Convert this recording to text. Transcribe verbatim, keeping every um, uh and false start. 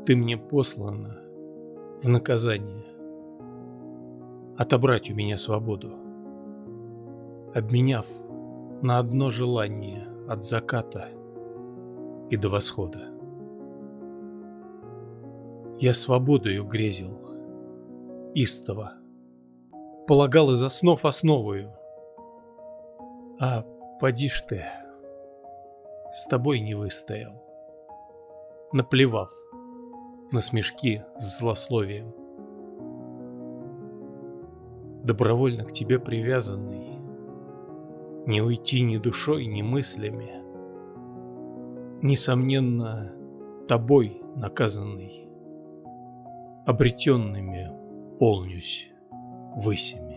ты мне послана в наказание отобрать у меня свободу, обменяв на одно желание от заката и до восхода. Я свободою грезил, истово, полагал из основ основою, а поди ж ты, с тобой не выстоял, наплевав на смешки с злословием. Добровольно к тебе привязанный, не уйти ни душой, ни мыслями, несомненно, тобой наказанный, обретенными полнюсь высями.